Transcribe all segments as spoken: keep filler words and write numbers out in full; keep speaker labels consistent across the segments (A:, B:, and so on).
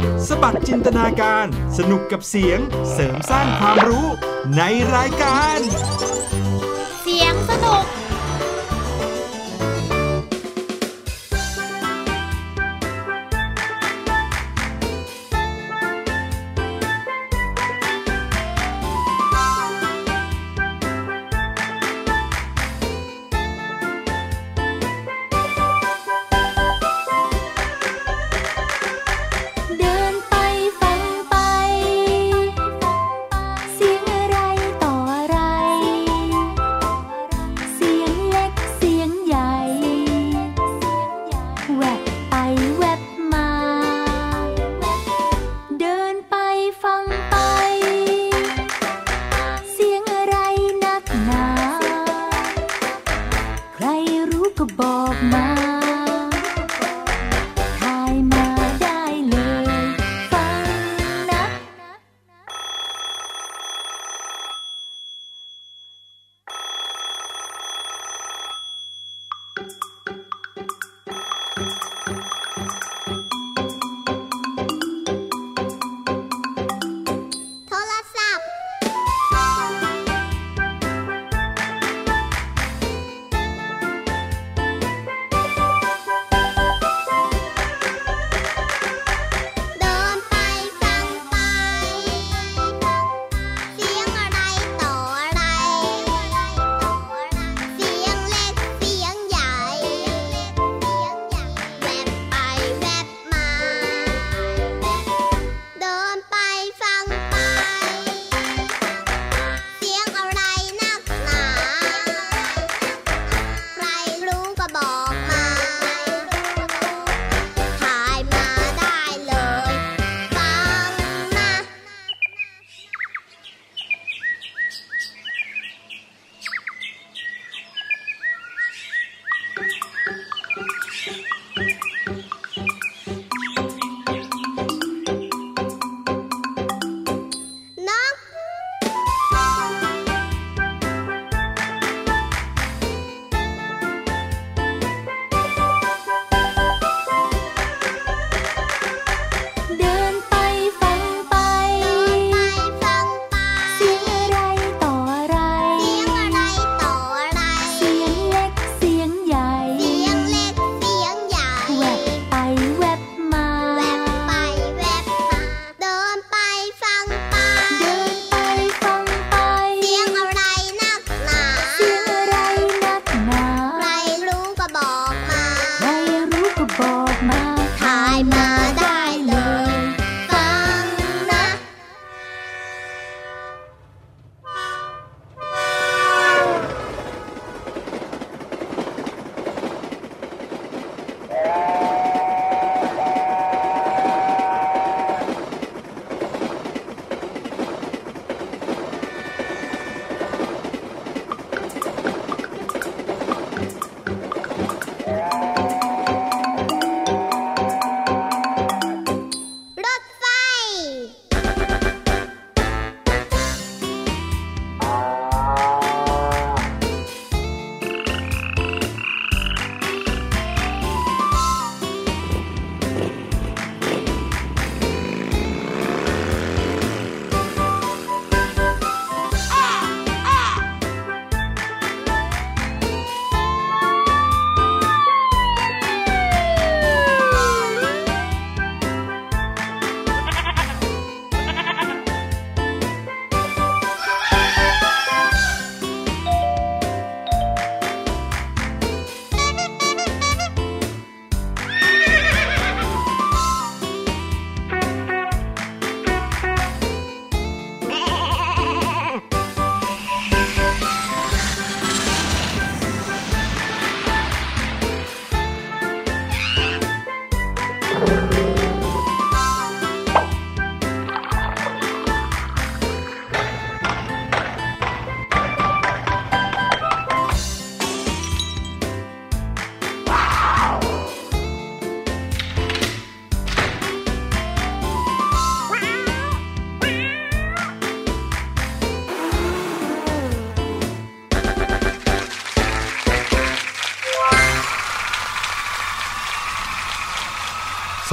A: สบัดจินตนาการสนุกกับเสียงเสริมสร้างความรู้ในรายการ
B: เสียงสนุก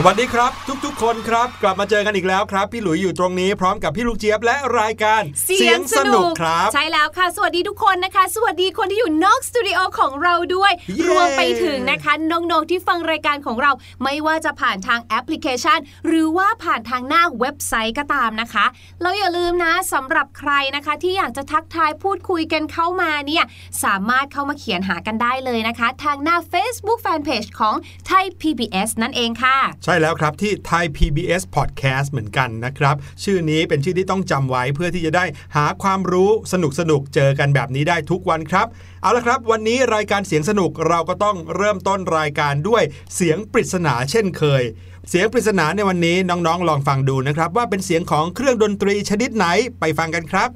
A: วัสดีครับทุกๆคนครับกลับมาเจอกันอีกแล้วครับพี่หลุยอยู่ตรงนี้พร้อมกับพี่ลูกเจี๊ยบและรายการ
B: เสียงสนุก
A: ครับ
B: ใช่แล้วค่ะสวัสดีทุกคนนะคะสวัสดีคนที่อยู่นอกสตูดิโอของเราด้วย
A: yeah.
B: รวมไปถึงนะคะน้องๆที่ฟังรายการของเราไม่ว่าจะผ่านทางแอปพลิเคชันหรือว่าผ่านทางหน้าเว็บไซต์ก็ตามนะคะแล้วอย่าลืมนะสำหรับใครนะคะที่อยากจะทักทายพูดคุยกันเข้ามาเนี่ยสามารถเข้ามาเขียนหากันได้เลยนะคะทางหน้า Facebook Fanpage ของ Thai พี บี เอส นั่นเองค่ะ
A: ใช่แล้วครับที่ Thai พี บี เอส Podcast เหมือนกันนะครับชื่อนี้เป็นชื่อที่ต้องจำไว้เพื่อที่จะได้หาความรู้สนุกๆเจอกันแบบนี้ได้ทุกวันครับเอาละครับวันนี้รายการเสียงสนุกเราก็ต้องเริ่มต้นรายการด้วยเสียงปริศนาเช่นเคยเสียงปริศนาในวันนี้น้องๆลองฟังดูนะครับว่าเป็นเสียงของเครื่องดนตรีชนิดไหนไปฟังกันครับ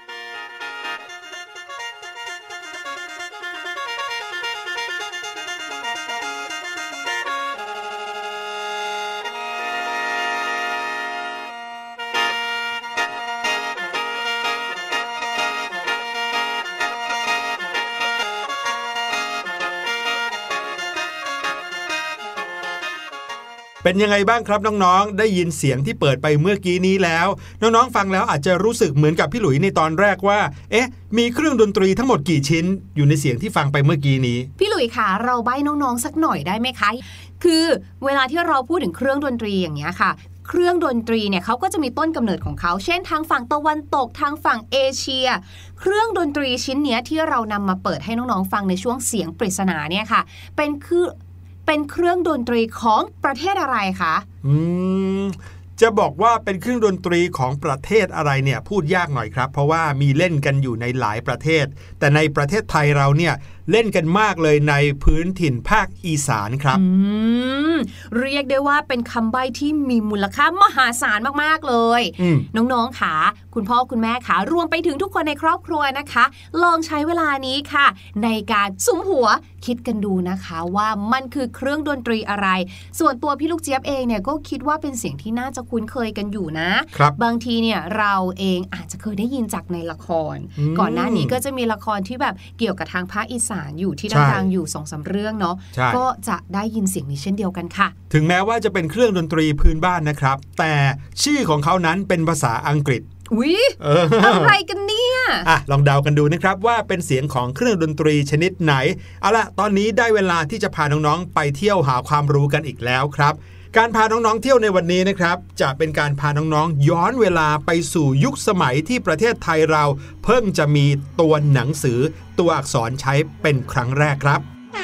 A: เป็นยังไงบ้างครับน้องๆได้ยินเสียงที่เปิดไปเมื่อกี้นี้แล้วน้องๆฟังแล้วอาจจะรู้สึกเหมือนกับพี่หลุยในตอนแรกว่าเอ๊ะมีเครื่องดนตรีทั้งหมดกี่ชิ้นอยู่ในเสียงที่ฟังไปเมื่อกี้นี้
B: พี่หลุยค่ะเราใบ้น้องๆสักหน่อยได้ไหมคะคือเวลาที่เราพูดถึงเครื่องดนตรีอย่างเงี้ยค่ะเครื่องดนตรีเนี่ยเขาก็จะมีต้นกำเนิดของเขาเช่นทางฝั่งตะวันตกทางฝั่งเอเชียเครื่องดนตรีชิ้นเนี้ยที่เรานำมาเปิดให้น้องๆฟังในช่วงเสียงปริศนาเนี่ยค่ะเป็นคือเป็นเครื่องดนตรีของประเทศอะไรคะ
A: อืมจะบอกว่าเป็นเครื่องดนตรีของประเทศอะไรเนี่ยพูดยากหน่อยครับเพราะว่ามีเล่นกันอยู่ในหลายประเทศแต่ในประเทศไทยเราเนี่ยเล่นกันมากเลยในพื้นถิ่นภาคอีสานครับ
B: อืมเรียกได้ว่าเป็นคำใบ้ที่มีมูลค่ามหาศาลมากๆเลยน้องๆค่ะคุณพ่อคุณแม่ค่ะรวมไปถึงทุกคนในครอบครัวนะคะลองใช้เวลานี้ค่ะในการสุมหัวคิดกันดูนะคะว่ามันคือเครื่องดนตรีอะไรส่วนตัวพี่ลูกเจี๊ยบเองเนี่ยก็คิดว่าเป็นเสียงที่น่าจะคุ้นเคยกันอยู่นะบางทีเนี่ยเราเองอาจจะเคยได้ยินจากในละครก่อนหน้านี้ก็จะมีละครที่แบบเกี่ยวกับทางภาคอีสานอยู่ที่ดังๆอยู่ สองสาม เรื่องเนาะก็จะได้ยินเสียงนี้เช่นเดียวกันค่ะ
A: ถึงแม้ว่าจะเป็นเครื่องดนตรีพื้นบ้านนะครับแต่ชื่อของเขานั้นเป็นภาษาอังกฤษ
B: อุ๊ย เออ อะไรกันเนี่ย
A: อ่ะลองเดากันดูนะครับว่าเป็นเสียงของเครื่องดนตรีชนิดไหนเอาล่ะตอนนี้ได้เวลาที่จะพาน้องๆไปเที่ยวหาความรู้กันอีกแล้วครับการพาน้องๆเที่ยวในวันนี้นะครับจะเป็นการพาน้องๆย้อนเวลาไปสู่ยุคสมัยที่ประเทศไทยเราเพิ่งจะมีตัวหนังสือตัวอักษรใช้เป็นครั้งแรกครับ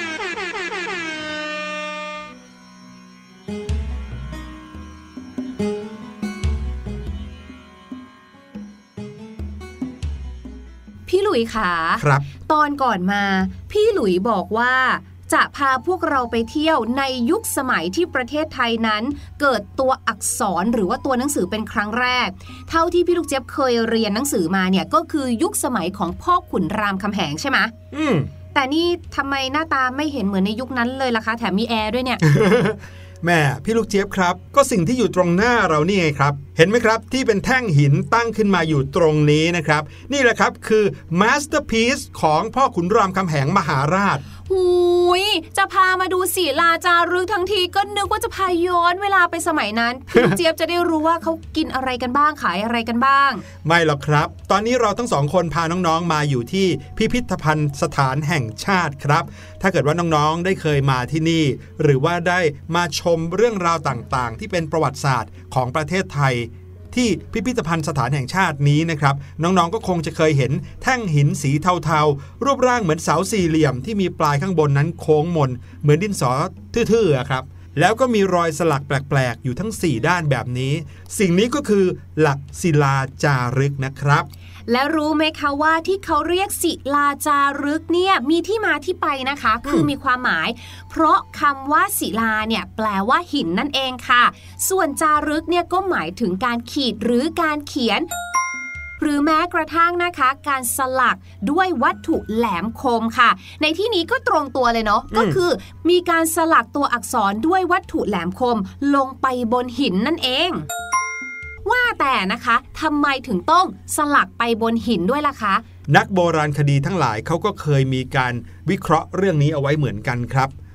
B: พี่หลุยค่ะ
A: ครับ
B: ตอนก่อนมาพี่หลุยบอกว่าจะพาพวกเราไปเที่ยวในยุคสมัยที่ประเทศไทยนั้นเกิดตัวอักษรหรือว่าตัวหนังสือเป็นครั้งแรกเท่าที่พี่ลูกเจี๊ยบเคยเรียนหนังสือมาเนี่ยก็คือยุคสมัยของพ่อขุนรามคำแหงใช่ไหม
A: อืม
B: แต่นี่ทำไมหน้าตาไม่เห็นเหมือนในยุคนั้นเลยล่ะคะแถมมีแอร์ด้วยเนี่ย
A: แม่พี่ลูกเจี๊ยบครับก็สิ่งที่อยู่ตรงหน้าเรานี่ไงครับเห็นไหมครับที่เป็นแท่งหินตั้งขึ้นมาอยู่ตรงนี้นะครับนี่แหละครับคือ masterpiece ของพ่อขุนรามคำแหงมหาราช
B: หูยจะพามาดูศิลาจารึกทั้งทีก็นึกว่าจะพาย้อนเวลาไปสมัยนั้น พี่ลูกเจี๊ยบจะได้รู้ว่าเขากินอะไรกันบ้างขายอะไรกันบ้าง
A: ไม่หรอกครับตอนนี้เราทั้งสองคนพาน้องๆมาอยู่ที่พิพิธภัณฑ์สถานแห่งชาติครับถ้าเกิดว่าน้องๆได้เคยมาที่นี่หรือว่าได้มาชมเรื่องราวต่างๆที่เป็นประวัติศาสตร์ของประเทศไทยที่พิพิธภัณฑ์สถานแห่งชาตินี้นะครับน้องๆก็คงจะเคยเห็นแท่งหินสีเทาๆรูปร่างเหมือนเสาสี่เหลี่ยมที่มีปลายข้างบนนั้นโค้งมนเหมือนดินสอทื่อๆครับแล้วก็มีรอยสลักแปลกๆอยู่ทั้งสี่ด้านแบบนี้สิ่งนี้ก็คือหลักศิลาจารึกนะครับ
B: และรู้ไหมคะว่าที่เขาเรียกศิลาจารึกเนี่ยมีที่มาที่ไปนะคะคือมีความหมายเพราะคำว่าศิลาเนี่ยแปลว่าหินนั่นเองค่ะส่วนจารึกเนี่ยก็หมายถึงการขีดหรือการเขียนหรือแม้กระทั่งนะคะการสลักด้วยวัตถุแหลมคมค่ะในที่นี้ก็ตรงตัวเลยเนาะก็คือมีการสลักตัวอักษรด้วยวัตถุแหลมคมลงไปบนหินนั่นเองว่าแต่นะคะทำไมถึงต้องสลักไปบนหินด้วยล่ะคะ
A: นักโบราณคดีทั้งหลายเขาก็เคยมีการวิเคราะห์เรื่องนี้เอาไว้เหมือนกันครับ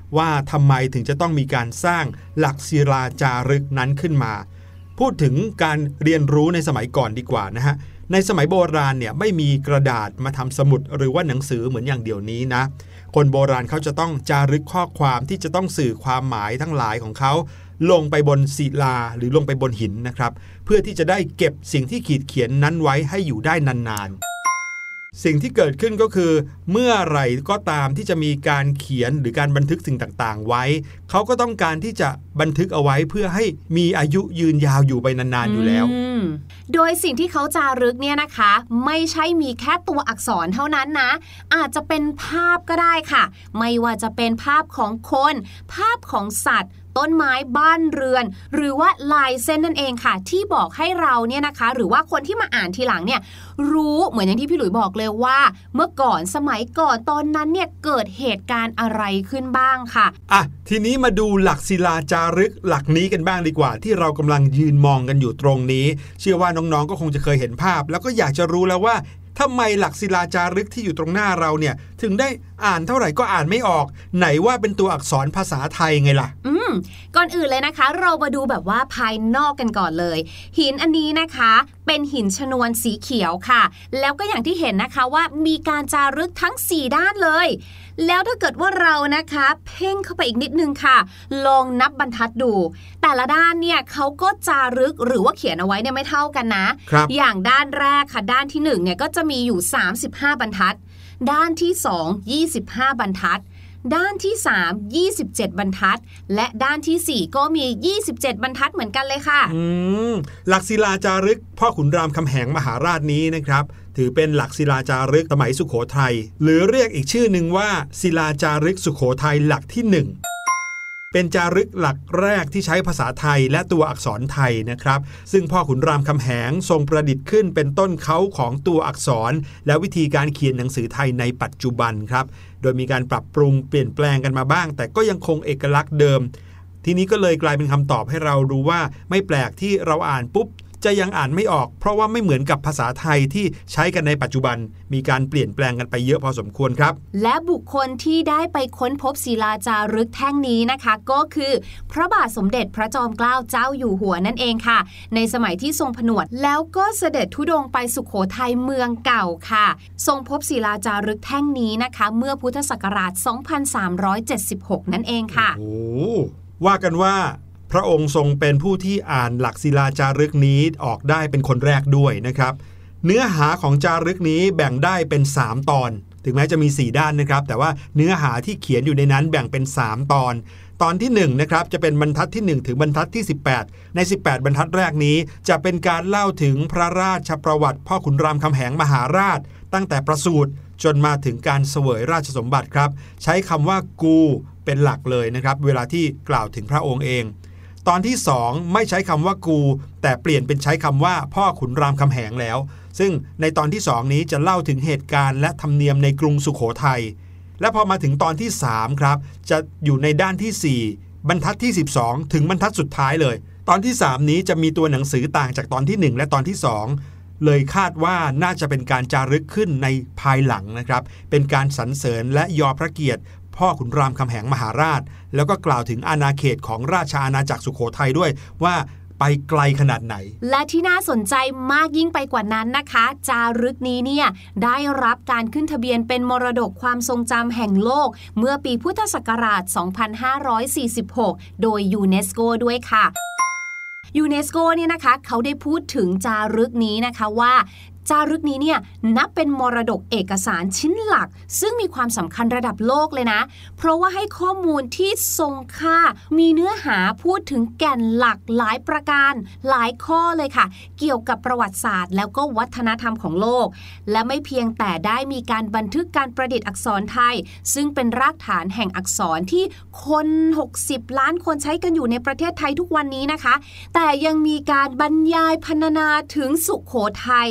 A: ว่าทำไมถึงจะต้องมีการสร้างหลักศิลาจารึกนั้นขึ้นมาพูดถึงการเรียนรู้ในสมัยก่อนดีกว่านะฮะในสมัยโบราณเนี่ยไม่มีกระดาษมาทำสมุดหรือว่าหนังสือเหมือนอย่างเดี๋ยวนี้นะคนโบราณเขาจะต้องจารึกข้อความที่จะต้องสื่อความหมายทั้งหลายของเขาลงไปบนศิลาหรือลงไปบนหินนะครับเพื่อที่จะได้เก็บสิ่งที่ขีดเขียนนั้นไว้ให้อยู่ได้นานๆสิ่งที่เกิดขึ้นก็คือเมื่อไหร่ก็ตามที่จะมีการเขียนหรือการบันทึกสิ่งต่างๆไว้เขาก็ต้องการที่จะบันทึกเอาไว้เพื่อให้มีอายุยืนยาวอยู่ไปนานๆอยู่แล้ว
B: โดยสิ่งที่เขาจารึกเนี่ยนะคะไม่ใช่มีแค่ตัวอักษรเท่านั้นนะอาจจะเป็นภาพก็ได้ค่ะไม่ว่าจะเป็นภาพของคนภาพของสัตว์ต้นไม้บ้านเรือนหรือว่าลายเส้นนั่นเองค่ะที่บอกให้เราเนี่ยนะคะหรือว่าคนที่มาอ่านทีหลังเนี่ยรู้เหมือนอย่างที่พี่หลุยบอกเลยว่าเมื่อก่อนสมัยก่อนตอนนั้นเนี่ยเกิดเหตุการณ์อะไรขึ้นบ้างค่ะ
A: อ่ะทีนี้มาดูหลักศิลาจารึกหลักนี้กันบ้างดีกว่าที่เรากำลังยืนมองกันอยู่ตรงนี้เชื่อว่าน้องๆก็คงจะเคยเห็นภาพแล้วก็อยากจะรู้แล้วว่าทำไมหลักศิลาจารึกที่อยู่ตรงหน้าเราเนี่ยถึงได้อ่านเท่าไหร่ก็อ่านไม่ออกไหนว่าเป็นตัวอักษรภาษาไทยไงล่ะ
B: อืมก่อนอื่นเลยนะคะเรามาดูแบบว่าภายนอกกันก่อนเลยหินอันนี้นะคะเป็นหินชนวนสีเขียวค่ะแล้วก็อย่างที่เห็นนะคะว่ามีการจารึกทั้งสี่ด้านเลยแล้วถ้าเกิดว่าเรานะคะเพ่งเข้าไปอีกนิดนึงค่ะลองนับบรรทัดดูแต่ละด้านเนี่ยเขาก็จารึกหรือว่าเขียนเอาไว้เนี่ยไม่เท่ากันนะอย่างด้านแรกค่ะด้านที่หนึ่งเนี่ยก็จะมีอยู่สามสิบห้าบรรทัดด้านที่สอง ยี่สิบห้าบรรทัดด้านที่สาม ยี่สิบเจ็ดบรรทัดและด้านที่สี่ก็มียี่สิบเจ็ดบรรทัดเหมือนกันเลยค่ะ
A: อืมหลักศิลาจารึกพ่อขุนรามคำแหงมหาราชนี้นะครับถือเป็นหลักศิลาจารึกสมัยสุโขทัยหรือเรียกอีกชื่อหนึ่งว่าศิลาจารึกสุโขทัยหลักที่หนึ่งเป็นจารึกหลักแรกที่ใช้ภาษาไทยและตัวอักษรไทยนะครับซึ่งพ่อขุนรามคำแหงทรงประดิษฐ์ขึ้นเป็นต้นเขาของตัวอักษรและวิธีการเขียนหนังสือไทยในปัจจุบันครับโดยมีการปรับปรุงเปลี่ยนแปลงกันมาบ้างแต่ก็ยังคงเอกลักษณ์เดิมทีนี้ก็เลยกลายเป็นคำตอบให้เรารู้ว่าไม่แปลกที่เราอ่านปุ๊บจะยังอ่านไม่ออกเพราะว่าไม่เหมือนกับภาษาไทยที่ใช้กันในปัจจุบันมีการเปลี่ยนแปลงกันไปเยอะพอสมควรครับ
B: และบุคคลที่ได้ไปค้นพบศิลาจารึกแท่งนี้นะคะก็คือพระบาทสมเด็จพระจอมเกล้าเจ้าอยู่หัวนั่นเองค่ะในสมัยที่ทรงผนวดแล้วก็เสด็จธุดงค์ไปสุโขทัยเมืองเก่าค่ะทรงพบศิลาจารึกแท่งนี้นะคะเมื่อพุทธศักราชสองพันสามร้อยเจ็ดสิบหกนั่นเองค่ะ
A: โอ้ว่ากันว่าพระองค์ทรงเป็นผู้ที่อ่านหลักศิลาจารึกนี้ออกได้เป็นคนแรกด้วยนะครับเนื้อหาของจารึกนี้แบ่งได้เป็นสามตอนถึงแม้จะมีสี่ด้านนะครับแต่ว่าเนื้อหาที่เขียนอยู่ในนั้นแบ่งเป็นสามตอนตอนที่หนึ่งนะครับจะเป็นบรรทัดที่หนึ่งถึงบรรทัดที่สิบแปดในสิบแปดบรรทัดแรกนี้จะเป็นการเล่าถึงพระราชประวัติพ่อขุนรามคำแหงมหาราชตั้งแต่ประสูติจนมาถึงการเสวยราชสมบัติครับใช้คำว่ากูเป็นหลักเลยนะครับเวลาที่กล่าวถึงพระองค์เองตอนที่สองไม่ใช้คำว่ากูแต่เปลี่ยนเป็นใช้คำว่าพ่อขุนรามคำแหงแล้วซึ่งในตอนที่สองนี้จะเล่าถึงเหตุการณ์และธรรมเนียมในกรุงสุโขทัยและพอมาถึงตอนที่สามครับจะอยู่ในด้านที่สี่บรรทัดที่สิบสองถึงบรรทัดสุดท้ายเลยตอนที่สามนี้จะมีตัวหนังสือต่างจากตอนที่หนึ่งและตอนที่สองเลยคาดว่าน่าจะเป็นการจารึกขึ้นในภายหลังนะครับเป็นการสรรเสริญและยอพระเกียรติพ่อขุนรามคำแหงมหาราชแล้วก็กล่าวถึงอาณาเขตของราชอาณาจักรสุโขทัยด้วยว่าไปไกลขนาดไหน
B: และที่น่าสนใจมากยิ่งไปกว่านั้นนะคะจารึกนี้เนี่ยได้รับการขึ้นทะเบียนเป็นมรดกความทรงจำแห่งโลกเมื่อปีพุทธศักราชสองพันห้าร้อยสี่สิบหกโดยยูเนสโกด้วยค่ะยูเนสโกเนี่ยนะคะเขาได้พูดถึงจารึกนี้นะคะว่าจารึกนี้เนี่ยนับเป็นมรดกเอกสารชิ้นหลักซึ่งมีความสำคัญระดับโลกเลยนะเพราะว่าให้ข้อมูลที่ทรงค่ามีเนื้อหาพูดถึงแก่นหลักหลายประการหลายข้อเลยค่ะเกี่ยวกับประวัติศาสตร์แล้วก็วัฒนธรรมของโลกและไม่เพียงแต่ได้มีการบันทึกการประดิษฐ์อักษรไทยซึ่งเป็นรากฐานแห่งอักษรที่คนหกสิบล้านคนใช้กันอยู่ในประเทศไทยทุกวันนี้นะคะแต่ยังมีการบรรยายพรรณนาถึงสุโขทัยซึ่ง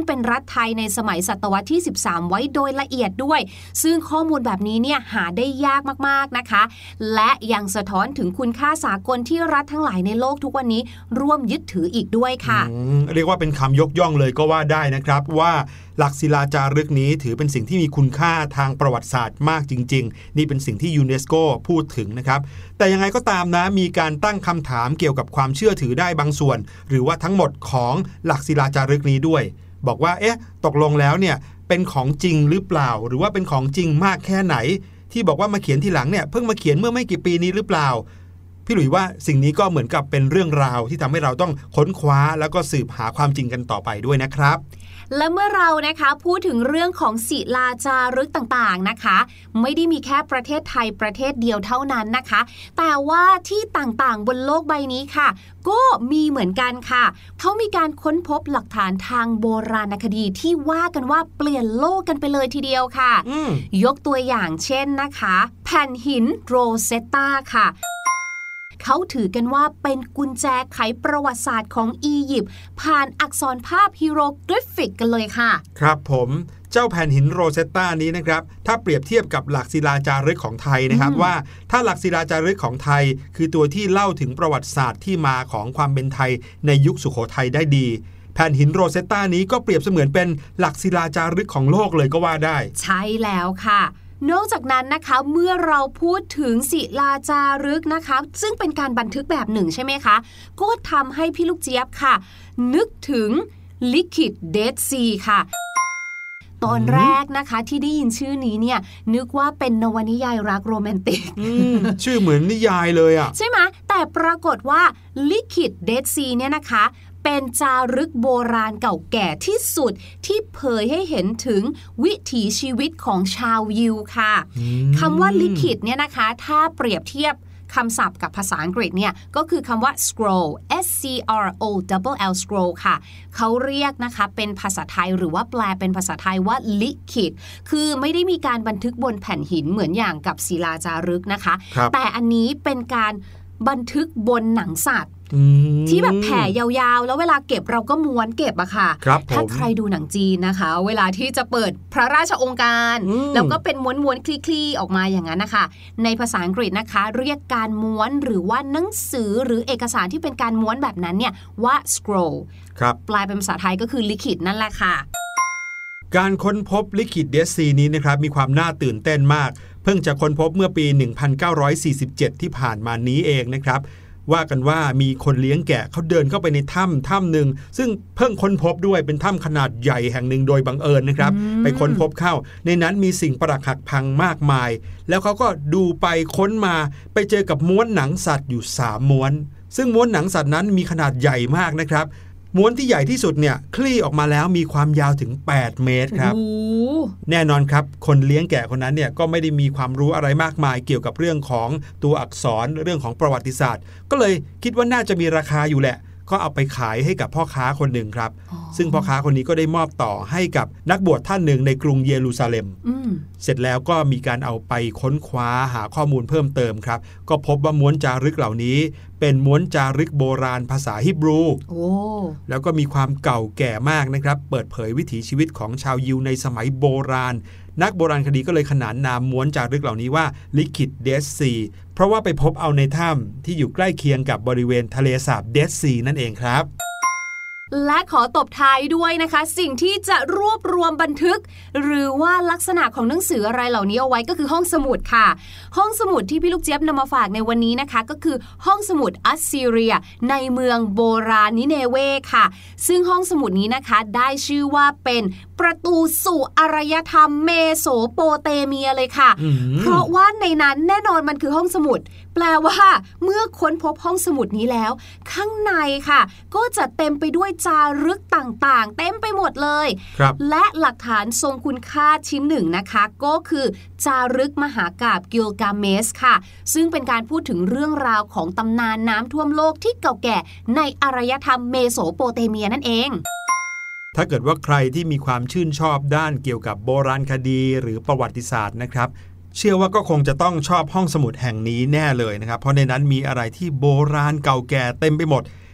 B: งเป็นรัฐไทยในสมัยศตวรรษที่สิบสามไว้โดยละเอียดด้วยซึ่งข้อมูลแบบนี้เนี่ยหาได้ยากมากๆนะคะและยังสะท้อนถึงคุณค่าสากลที่รัฐทั้งหลายในโลกทุกวันนี้ร่วมยึดถืออีกด้วยค่ะ
A: เรียกว่าเป็นคำยกย่องเลยก็ว่าได้นะครับว่าหลักศิลาจารึกนี้ถือเป็นสิ่งที่มีคุณค่าทางประวัติศาสตร์มากจริงๆนี่เป็นสิ่งที่ยูเนสโกพูดถึงนะครับแต่ยังไงก็ตามนะมีการตั้งคำถามเกี่ยวกับความเชื่อถือได้บางส่วนหรือว่าทั้งหมดของหลักศิลาจารึกนี้ด้วยบอกว่าเอ๊ะตกลงแล้วเนี่ยเป็นของจริงหรือเปล่าหรือว่าเป็นของจริงมากแค่ไหนที่บอกว่ามาเขียนทีหลังเนี่ยเพิ่งมาเขียนเมื่อไม่กี่ปีนี้หรือเปล่าพี่หลุยว่าสิ่งนี้ก็เหมือนกับเป็นเรื่องราวที่ทำให้เราต้องค้นคว้าแล้วก็สืบหาความจริงกันต่อไปด้วยนะครับ
B: และเมื่อเรานะคะพูดถึงเรื่องของศิลาจารึกต่างๆนะคะไม่ได้มีแค่ประเทศไทยประเทศเดียวเท่านั้นนะคะแต่ว่าที่ต่างๆบนโลกใบนี้ค่ะก็มีเหมือนกันค่ะเขามีการค้นพบหลักฐานทางโบราณคดีที่ว่ากันว่าเปลี่ยนโลกกันไปเลยทีเดียวค่ะยกตัวอย่างเช่นนะคะแผ่นหินโรเซตตาค่ะเขาถือกันว่าเป็นกุญแจไขประวัติศาสตร์ของอียิปต์ผ่านอักษรภาพฮีโรกริฟิกกันเลยค่ะ
A: ครับผมเจ้าแผ่นหินโรเซตตานี้นะครับถ้าเปรียบเทียบกับหลักศิลาจารึกของไทยนะครับว่าถ้าหลักศิลาจารึกของไทยคือตัวที่เล่าถึงประวัติศาสตร์ที่มาของความเป็นไทยในยุคสุโขทัยได้ดีแผ่นหินโรเซตตานี้ก็เปรียบเสมือนเป็นหลักศิลาจารึกของโลกเลยก็ว่าได้
B: ใช่แล้วค่ะนอกจากนั้นนะคะเมื่อเราพูดถึงศิลาจารึกนะคะซึ่งเป็นการบันทึกแบบหนึ่งใช่ไหมคะก็ทำให้พี่ลูกเจี๊ยบค่ะนึกถึงลิขิตเดดซีค่ะตอนแรกนะคะที่ได้ยินชื่อนี้เนี่ยนึกว่าเป็นนวนิยายรักโรแมนติก
A: ชื่อเหมือนนิยายเลยอ่ะ
B: ใช่ไหมแต่ปรากฏว่าลิขิตเดดซีเนี่ยนะคะเป็นจารึกโบราณเก่าแก่ที่สุดที่เผยให้เห็นถึงวิถีชีวิตของชาวยิวค่ะคำว่าลิขิตเนี่ยนะคะถ้าเปรียบเทียบคำศัพท์กับภาษาอังกฤษเนี่ยก็คือคำว่า scroll s c r o l l scroll ค่ะเขาเรียกนะคะเป็นภาษาไทยหรือว่าแปลเป็นภาษาไทยว่าลิขิตคือไม่ได้มีการบันทึกบนแผ่นหินเหมือนอย่างกับศิลาจารึกนะคะแต่อันนี้เป็นการบันทึกบนหนังสัตว์ที่แบบแผ่ยาวๆแล้วเวลาเก็บเราก็ม้วนเก็บอะค่ะถ้าใครดูหนังจีนนะคะเวลาที่จะเปิดพระราชโองการแล้วก็เป็นม้วนๆคลี่ๆออกมาอย่างนั้นนะคะในภาษาอังกฤษนะคะเรียกการม้วนหรือว่าหนังสือหรือเอกสารที่เป็นการม้วนแบบนั้นเนี่ยว่า scroll แปลเป็นภาษาไทยก็คือลิขิตนั่นแหละค่ะ
A: การค้นพบลิขิตเดดซีนี้นะครับมีความน่าตื่นเต้นมากเพิ่งจะค้นพบเมื่อปีหนึ่งพันเก้าร้อยสี่สิบเจ็ดที่ผ่านมานี้เองนะครับว่ากันว่ามีคนเลี้ยงแกะเขาเดินเข้าไปในถ้ำถ้ำหนึ่งซึ่งเพิ่งค้นพบด้วยเป็นถ้ำขนาดใหญ่แห่งหนึ่งโดยบังเอิญนะครับไปค้นพบเข้าในนั้นมีสิ่งปรักหักพังมากมายแล้วเขาก็ดูไปค้นมาไปเจอกับม้วนหนังสัตว์อยู่สามม้วนซึ่งม้วนหนังสัตว์นั้นมีขนาดใหญ่มากนะครับม้วนที่ใหญ่ที่สุดเนี่ยคลี่ออกมาแล้วมีความยาวถึงแปดเมตรครับแน่นอนครับคนเลี้ยงแกะคนนั้นเนี่ยก็ไม่ได้มีความรู้อะไรมากมายเกี่ยวกับเรื่องของตัวอักษรเรื่องของประวัติศาสตร์ก็เลยคิดว่าน่าจะมีราคาอยู่แหละก็เอาไปขายให้กับพ่อค้าคนหนึ่งครับซึ่งพ่อค้าคนนี้ก็ได้มอบต่อให้กับนักบวชท่านหนึ่งในกรุงเยรูซาเล็มเสร็จแล้วก็มีการเอาไปค้นคว้าหาข้อมูลเพิ่มเติมครับก็พบว่าม้วนจารึกเหล่านี้เป็นม้วนจารึกโบราณภาษาฮีบรูแล้วก็มีความเก่าแก่มากนะครับเปิดเผยวิถีชีวิตของชาวยิวในสมัยโบราณนักโบราณคดีก็เลยขนานนามม้วนจารึกเหล่านี้ว่าลิขิตเดดซีเพราะว่าไปพบเอาในถ้ำที่อยู่ใกล้เคียงกับบริเวณทะเลสาบเดดซีนั่นเองครับ
B: และขอตบท้ายด้วยนะคะสิ่งที่จะรวบรวมบันทึกหรือว่าลักษณะของหนังสืออะไรเหล่านี้เอาไว้ก็คือห้องสมุดค่ะห้องสมุดที่พี่ลูกเจี๊ยบนำมาฝากในวันนี้นะคะก็คือห้องสมุดอัสซีเรียในเมืองโบราณนิเนเวค่ะซึ่งห้องสมุดนี้นะคะได้ชื่อว่าเป็นประตูสู่อารยธรรมเมโสโปเตเมียเลยค่ะเพราะว่าในนั้นแน่นอนมันคือห้องสมุดแปลว่าเมื่อค้นพบห้องสมุดนี้แล้วข้างในค่ะก็จะเต็มไปด้วยจารึกต่างๆเต็มไปหมดเลยและหลักฐานทรงคุณค่าชิ้นหนึ่งนะคะก็คือจารึกมหากาพย์กิลกาเมสค่ะซึ่งเป็นการพูดถึงเรื่องราวของตำนานน้ำท่วมโลกที่เก่าแก่ในอารยธรรมเมโสโปเตเมียนั่นเอง
A: ถ้าเกิดว่าใครที่มีความชื่นชอบด้านเกี่ยวกับโบราณคดีหรือประวัติศาสตร์นะครับเชื่อว่าก็คงจะต้องชอบห้องสมุดแห่งนี้แน่เลยนะครับเพราะในนั้นมีอะไรที่โบราณเก่าแก่เต็มไปหมด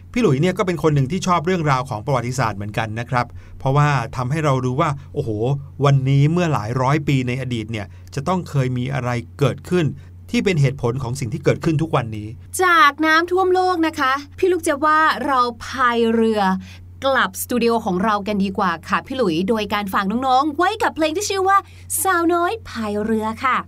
A: พี่หลุยเนี่ยก็เป็นคนหนึ่งที่ชอบเรื่องราวของประวัติศาสตร์เหมือนกันนะครับเพราะว่าทำให้เรารู้ว่าโอ้โหวันนี้เมื่อหลายร้อยปีในอดีตเนี่ยจะต้องเคยมีอะไรเกิดขึ้นที่เป็นเหตุผลของสิ่งที่เกิดขึ้นทุกวันนี้
B: จากน้ำท่วมโลกนะคะพี่ลูกเจี๊ยบว่าเราพายเรือกลับสตูดิโอของเรากันดีกว่าค่ะพี่หลุยโดยการฝากน้องๆไว้กับเพลงที่ชื่อว่าสาวน้อยพายเรือค่ะ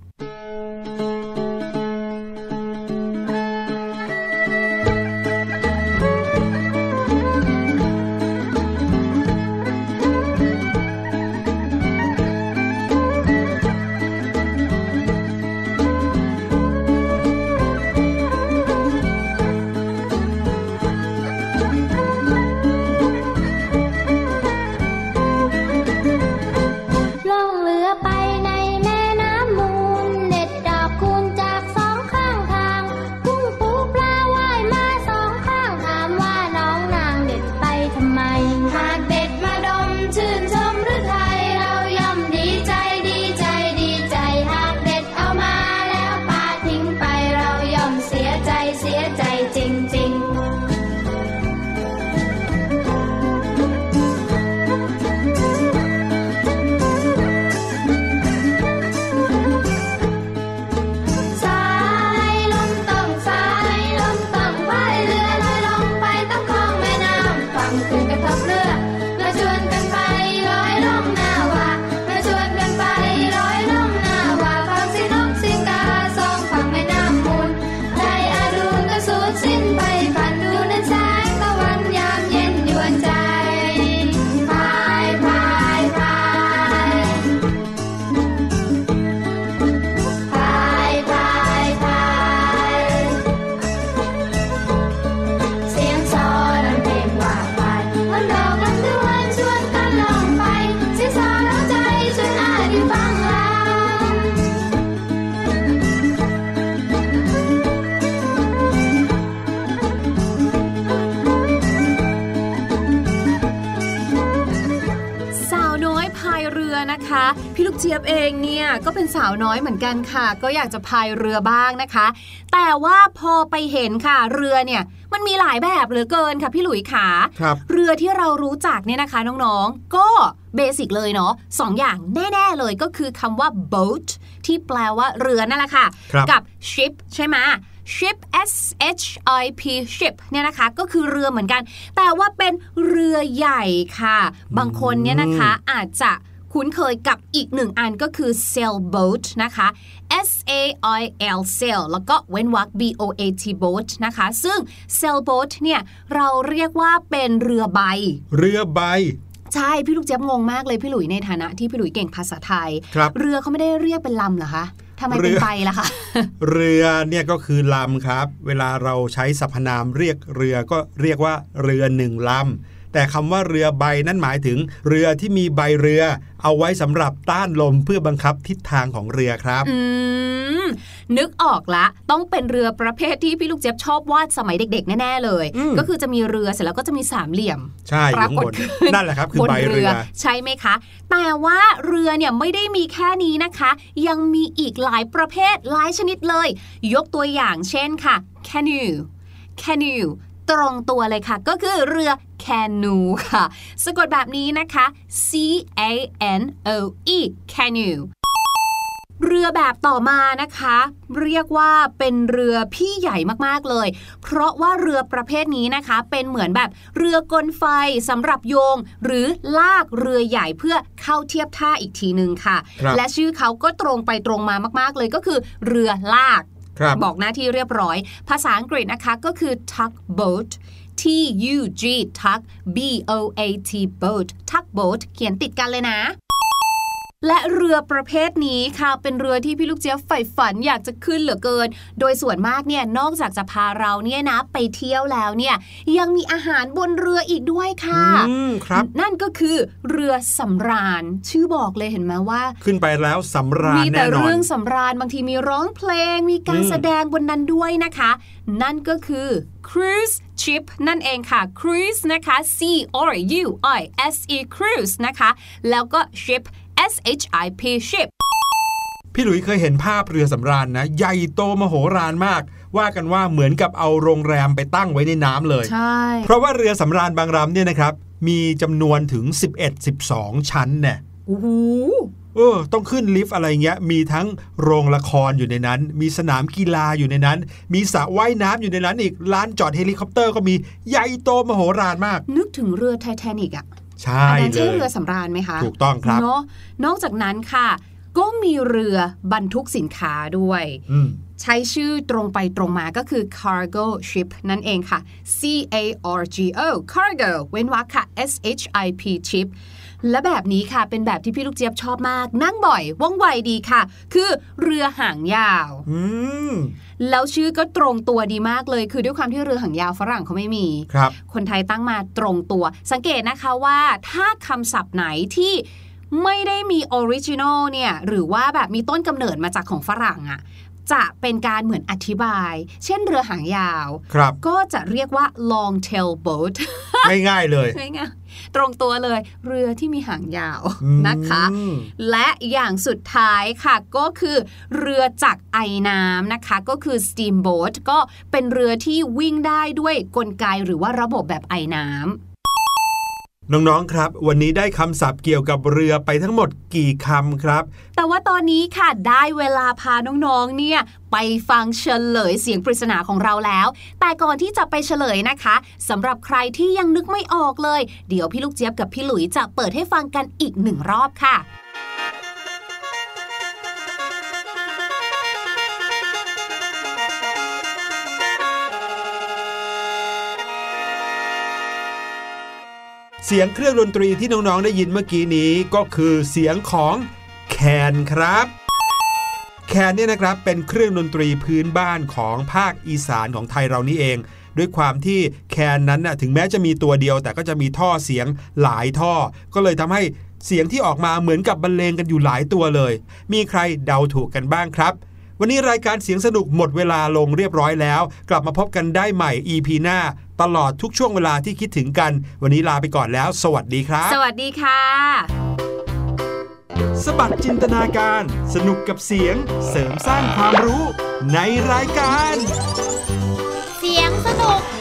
B: พี่ลูกเจี๊ยบเองเนี่ยก็เป็นสาวน้อยเหมือนกันค่ะก็อยากจะพายเรือบ้างนะคะแต่ว่าพอไปเห็นค่ะเรือเนี่ยมันมีหลายแบบเหลือเกินค่ะพี่หลุยขาเรือที่เรารู้จักเนี่ยนะคะน้องๆก็เบสิกเลยเนาะสองอย่างแน่ๆเลยก็คือคำว่า boat ที่แปลว่าเรือนั่นแหละค่ะกับ ship ใช่ไหมship S H I P ship เนี่ยนะคะก็คือเรือเหมือนกันแต่ว่าเป็นเรือใหญ่ค่ะบางคนเนี่ยนะคะอาจจะคุ้นเคยกับอีกหนึ่งอันก็คือ sailboat นะคะ S A I L sail แล้วก็เว้นวรรค B O A T boat นะคะซึ่ง sailboat เนี่ยเราเรียกว่าเป็นเรือใบ
A: เรือใบ
B: ใช่พี่ลูกเจี๊ยบงงมากเลยพี่หลุยในฐานะที่พี่หลุยเก่งภาษาไทยเรือเขาไม่ได้เรียกเป็นลำเหรอคะทำไมเป็นใบล่ะคะ
A: เรือเนี่ยก็คือลำครับเวลาเราใช้สรรพนามเรียกเรือก็เรียกว่าเรือหนึ่งลำแต่คำว่าเรือใบนั่นหมายถึงเรือที่มีใบเรือเอาไว้สำหรับต้านลมเพื่อบังคับทิศทางของเรือครับ
B: อืมนึกออกละต้องเป็นเรือประเภทที่พี่ลูกเจี๊ยบชอบวาดสมัยเด็กๆแน่ๆเลยก็คือจะมีเรือเสร็จแล้วก็จะมีสามเหลี่ยม
A: ใช่ปรากฏนั่นแหละครับคือใบเรือ
B: ใช่ไหมคะแต่ว่าเรือเนี่ยไม่ได้มีแค่นี้นะคะยังมีอีกหลายประเภทหลายชนิดเลยยกตัวอย่างเช่นค่ะ canoe canoeตรงตัวเลยค่ะก็คือเรือ canoe ค่ะสะกดแบบนี้นะคะ C A N O E canoe เรือแบบต่อมานะคะเรียกว่าเป็นเรือพี่ใหญ่มากๆเลยเพราะว่าเรือประเภทนี้นะคะเป็นเหมือนแบบเรือกลไฟสำหรับโยงหรือลากเรือใหญ่เพื่อเข้าเทียบท่าอีกทีนึงค่ะและชื่อเขาก็ตรงไปตรงมามากๆเลยก็คือเรือลากบอกหน้าที่เรียบร้อยภาษาอังกฤษนะคะก็คือ tugboat T U G tug B O A T boat tugboat เขียนติดกันเลยนะและเรือประเภทนี้ค่ะเป็นเรือที่พี่ลูกเจี๊ยบใฝ่ฝันอยากจะขึ้นเหลือเกินโดยส่วนมากเนี่ยนอกจากจะพาเราเนี่ยนะไปเที่ยวแล้วเนี่ยยังมีอาหารบนเรืออีกด้วยค่ะ
A: ครับ
B: นั่นก็คือเรือสำราญชื่อบอกเลยเห็นไหมว่า
A: ขึ้นไปแล้วสำราญแน่นอนมี
B: แต่เรื่องสำราญบางทีมีร้องเพลงมีการแสดงบนนั้นด้วยนะคะนั่นก็คือ cruise ship นั่นเองค่ะ cruise นะคะ C R U I S E cruise นะคะแล้วก็ ship S H I P ship
A: พี่หลุยเคยเห็นภาพเรือสำราญนะใหญ่โตมโหฬารมากว่ากันว่าเหมือนกับเอาโรงแรมไปตั้งไว้ในน้ำเลย
B: ใช่
A: เพราะว่าเรือสำราญบางลำเนี่ยนะครับมีจำนวนถึงสิบเอ็ด สิบสองชั้นเนี่ย
B: โอ้โห
A: เออต้องขึ้นลิฟต์อะไรเงี้ยมีทั้งโรงละครอยู่ในนั้นมีสนามกีฬาอยู่ในนั้นมีสระว่ายน้ำอยู่ในนั้นอีกลานจอดเฮลิคอปเตอร์ก็มีใหญ่โตมโหฬารมาก
B: นึกถึงเรือไททานิกอ่ะ
A: ใช่เลยอันนั้น
B: ใช่เรือสำราญไหมคะ
A: ถูกต้องครับ
B: เนาะนอกจากนั้นค่ะก็มีเรือบรรทุกสินค้าด้วยใช้ชื่อตรงไปตรงมาก็คือ cargo ship นั่นเองค่ะ C A R G O cargo เว้นวรรคค่ะ S H I P ship และแบบนี้ค่ะเป็นแบบที่พี่ลูกเจี๊ยบชอบมากนั่งบ่อยว่องไวดีค่ะคือเรือหางยาวแล้วชื่อก็ตรงตัวดีมากเลยคือด้วยความที่เรือหางยาวฝรั่งเขาไม่มี
A: ครับ
B: คนไทยตั้งมาตรงตัวสังเกตนะคะว่าถ้าคำศัพท์ไหนที่ไม่ได้มีออริจินอลเนี่ยหรือว่าแบบมีต้นกำเนิดมาจากของฝรั่งอะจะเป็นการเหมือนอธิบายเช่นเรือหางยาวก็จะเรียกว่า long tail boat
A: ง่ายๆเลย
B: ง่ายๆตรงตัวเลยเรือที่มีหางยาวนะคะและอย่างสุดท้ายค่ะก็คือเรือจักรไอน้ำนะคะก็คือ steamboat ก็เป็นเรือที่วิ่งได้ด้วยกลไกหรือว่าระบบแบบไอน้ำ
A: น้องๆครับวันนี้ได้คำศัพท์เกี่ยวกับเรือไปทั้งหมดกี่คำครับ
B: แต่ว่าตอนนี้ค่ะได้เวลาพาน้องๆเนี่ยไปฟังเฉลยเสียงปริศนาของเราแล้วแต่ก่อนที่จะไปเฉลยนะคะสำหรับใครที่ยังนึกไม่ออกเลยเดี๋ยวพี่ลูกเจี๊ยบกับพี่หลุยจะเปิดให้ฟังกันอีกหนึ่งรอบค่ะ
A: เสียงเครื่องดนตรีที่น้องๆได้ยินเมื่อกี้นี้ก็คือเสียงของแคนครับแคนเนี่ยนะครับเป็นเครื่องดนตรีพื้นบ้านของภาคอีสานของไทยเรานี่เองด้วยความที่แคนนั้นน่ะถึงแม้จะมีตัวเดียวแต่ก็จะมีท่อเสียงหลายท่อก็เลยทำให้เสียงที่ออกมาเหมือนกับบรรเลงกันอยู่หลายตัวเลยมีใครเดาถูกกันบ้างครับวันนี้รายการเสียงสนุกหมดเวลาลงเรียบร้อยแล้วกลับมาพบกันได้ใหม่ อี พี หน้าตลอดทุกช่วงเวลาที่คิดถึงกันวันนี้ลาไปก่อนแล้วสวัสดีครับ
B: สวัสดีค่ะ
A: สบัดจินตนาการสนุกกับเสียงเสริมสร้างความรู้ในรายการ
C: เสียงสนุก